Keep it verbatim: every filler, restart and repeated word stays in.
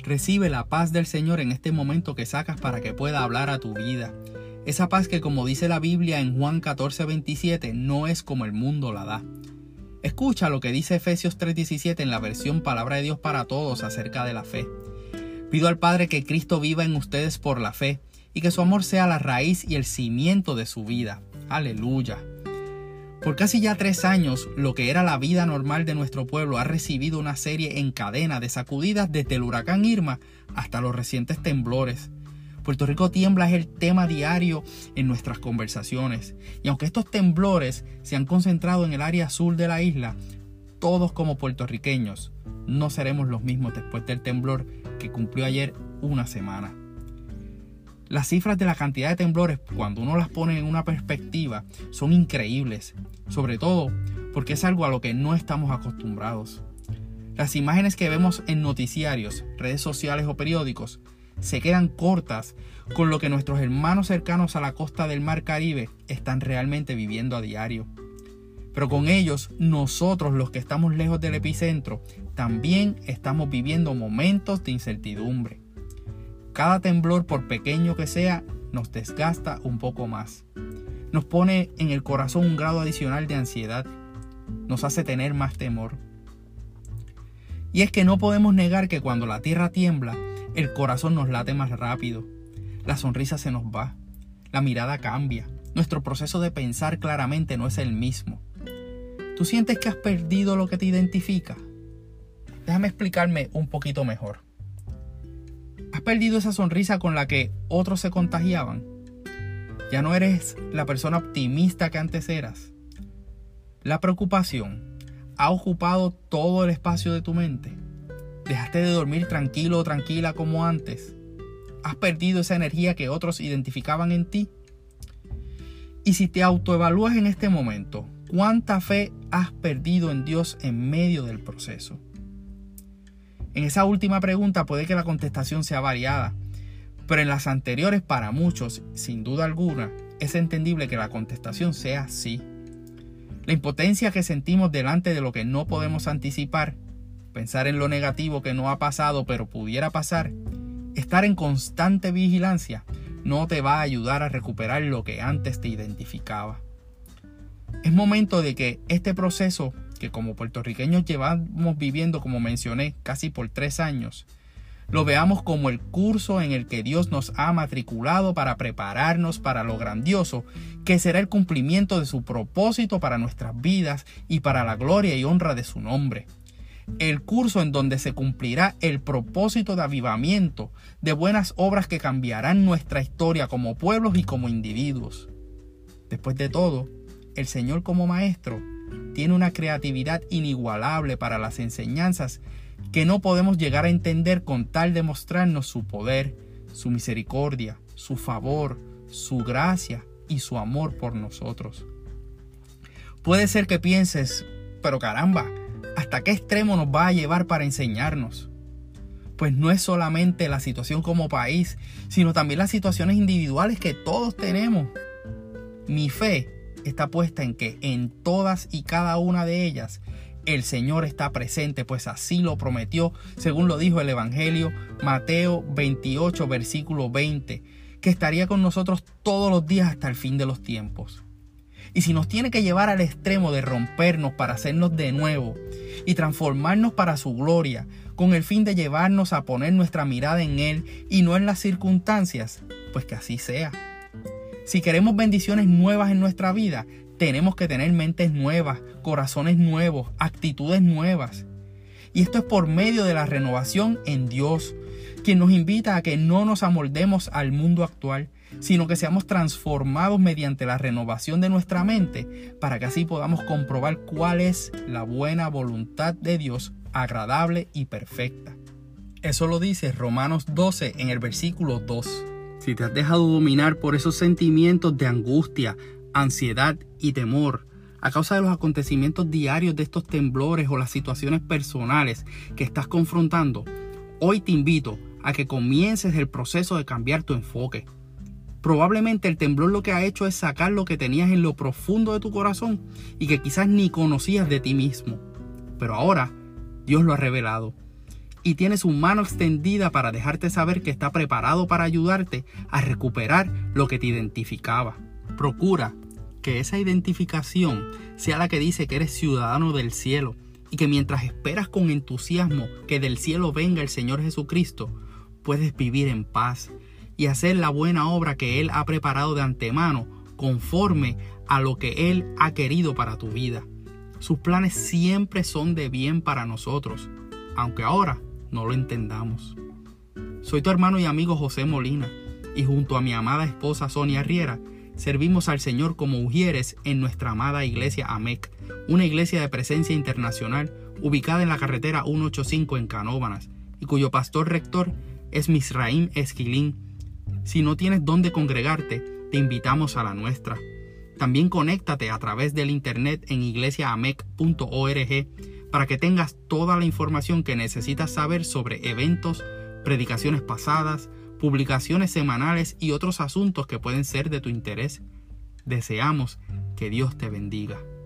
Recibe la paz del Señor en este momento que sacas para que pueda hablar a tu vida. Esa paz que, como dice la Biblia en Juan catorce veintisiete, no es como el mundo la da. Escucha lo que dice Efesios tres diecisiete en la versión Palabra de Dios para Todos acerca de la fe. Pido al Padre que Cristo viva en ustedes por la fe y que su amor sea la raíz y el cimiento de su vida. Aleluya. Por casi ya tres años, lo que era la vida normal de nuestro pueblo ha recibido una serie en cadena de sacudidas desde el huracán Irma hasta los recientes temblores. Puerto Rico tiembla es el tema diario en nuestras conversaciones. Y aunque estos temblores se han concentrado en el área sur de la isla, todos como puertorriqueños no seremos los mismos después del temblor que cumplió ayer una semana. Las cifras de la cantidad de temblores, cuando uno las pone en una perspectiva, son increíbles, sobre todo porque es algo a lo que no estamos acostumbrados. Las imágenes que vemos en noticiarios, redes sociales o periódicos se quedan cortas con lo que nuestros hermanos cercanos a la costa del Mar Caribe están realmente viviendo a diario. Pero con ellos, nosotros los que estamos lejos del epicentro, también estamos viviendo momentos de incertidumbre. Cada temblor, por pequeño que sea, nos desgasta un poco más. Nos pone en el corazón un grado adicional de ansiedad. Nos hace tener más temor. Y es que no podemos negar que cuando la tierra tiembla, el corazón nos late más rápido. La sonrisa se nos va. La mirada cambia. Nuestro proceso de pensar claramente no es el mismo. ¿Tú sientes que has perdido lo que te identifica? Déjame explicarme un poquito mejor. ¿Has perdido esa sonrisa con la que otros se contagiaban? ¿Ya no eres la persona optimista que antes eras? ¿La preocupación ha ocupado todo el espacio de tu mente? ¿Dejaste de dormir tranquilo o tranquila como antes? ¿Has perdido esa energía que otros identificaban en ti? Y si te autoevalúas en este momento, ¿cuánta fe has perdido en Dios en medio del proceso? En esa última pregunta puede que la contestación sea variada, pero en las anteriores para muchos, sin duda alguna, es entendible que la contestación sea sí. La impotencia que sentimos delante de lo que no podemos anticipar, pensar en lo negativo que no ha pasado pero pudiera pasar, estar en constante vigilancia, no te va a ayudar a recuperar lo que antes te identificaba. Es momento de que este proceso que como puertorriqueños llevamos viviendo, como mencioné, casi por tres años, lo veamos como el curso en el que Dios nos ha matriculado para prepararnos para lo grandioso, que será el cumplimiento de su propósito para nuestras vidas y para la gloria y honra de su nombre. El curso en donde se cumplirá el propósito de avivamiento, de buenas obras que cambiarán nuestra historia como pueblos y como individuos. Después de todo, el Señor como Maestro tiene una creatividad inigualable para las enseñanzas que no podemos llegar a entender con tal de mostrarnos su poder, su misericordia, su favor, su gracia y su amor por nosotros. Puede ser que pienses, pero caramba, ¿hasta qué extremo nos va a llevar para enseñarnos? Pues no es solamente la situación como país, sino también las situaciones individuales que todos tenemos. Mi fe está puesta en que en todas y cada una de ellas el Señor está presente, pues así lo prometió, según lo dijo el Evangelio Mateo veintiocho, versículo veinte, que estaría con nosotros todos los días hasta el fin de los tiempos. Y si nos tiene que llevar al extremo de rompernos para hacernos de nuevo y transformarnos para su gloria, con el fin de llevarnos a poner nuestra mirada en Él y no en las circunstancias, pues que así sea. Si queremos bendiciones nuevas en nuestra vida, tenemos que tener mentes nuevas, corazones nuevos, actitudes nuevas. Y esto es por medio de la renovación en Dios, quien nos invita a que no nos amoldemos al mundo actual, sino que seamos transformados mediante la renovación de nuestra mente, para que así podamos comprobar cuál es la buena voluntad de Dios, agradable y perfecta. Eso lo dice Romanos doce en el versículo dos. Si te has dejado dominar por esos sentimientos de angustia, ansiedad y temor a causa de los acontecimientos diarios de estos temblores o las situaciones personales que estás confrontando, hoy te invito a que comiences el proceso de cambiar tu enfoque. Probablemente el temblor lo que ha hecho es sacar lo que tenías en lo profundo de tu corazón y que quizás ni conocías de ti mismo. Pero ahora Dios lo ha revelado. y tiene su mano extendida para dejarte saber que está preparado para ayudarte a recuperar lo que te identificaba. Procura que esa identificación sea la que dice que eres ciudadano del cielo y que mientras esperas con entusiasmo que del cielo venga el Señor Jesucristo, puedes vivir en paz y hacer la buena obra que Él ha preparado de antemano conforme a lo que Él ha querido para tu vida. Sus planes siempre son de bien para nosotros, aunque ahora no lo entendamos. Soy tu hermano y amigo José Molina, y junto a mi amada esposa Sonia Riera, servimos al Señor como ujieres en nuestra amada iglesia AMEC, una iglesia de presencia internacional ubicada en la carretera ciento ochenta y cinco en Canóvanas, y cuyo pastor rector es Misraim Esquilín. Si no tienes dónde congregarte, te invitamos a la nuestra. También conéctate a través del internet en iglesia amec punto org para que tengas toda la información que necesitas saber sobre eventos, predicaciones pasadas, publicaciones semanales y otros asuntos que pueden ser de tu interés. Deseamos que Dios te bendiga.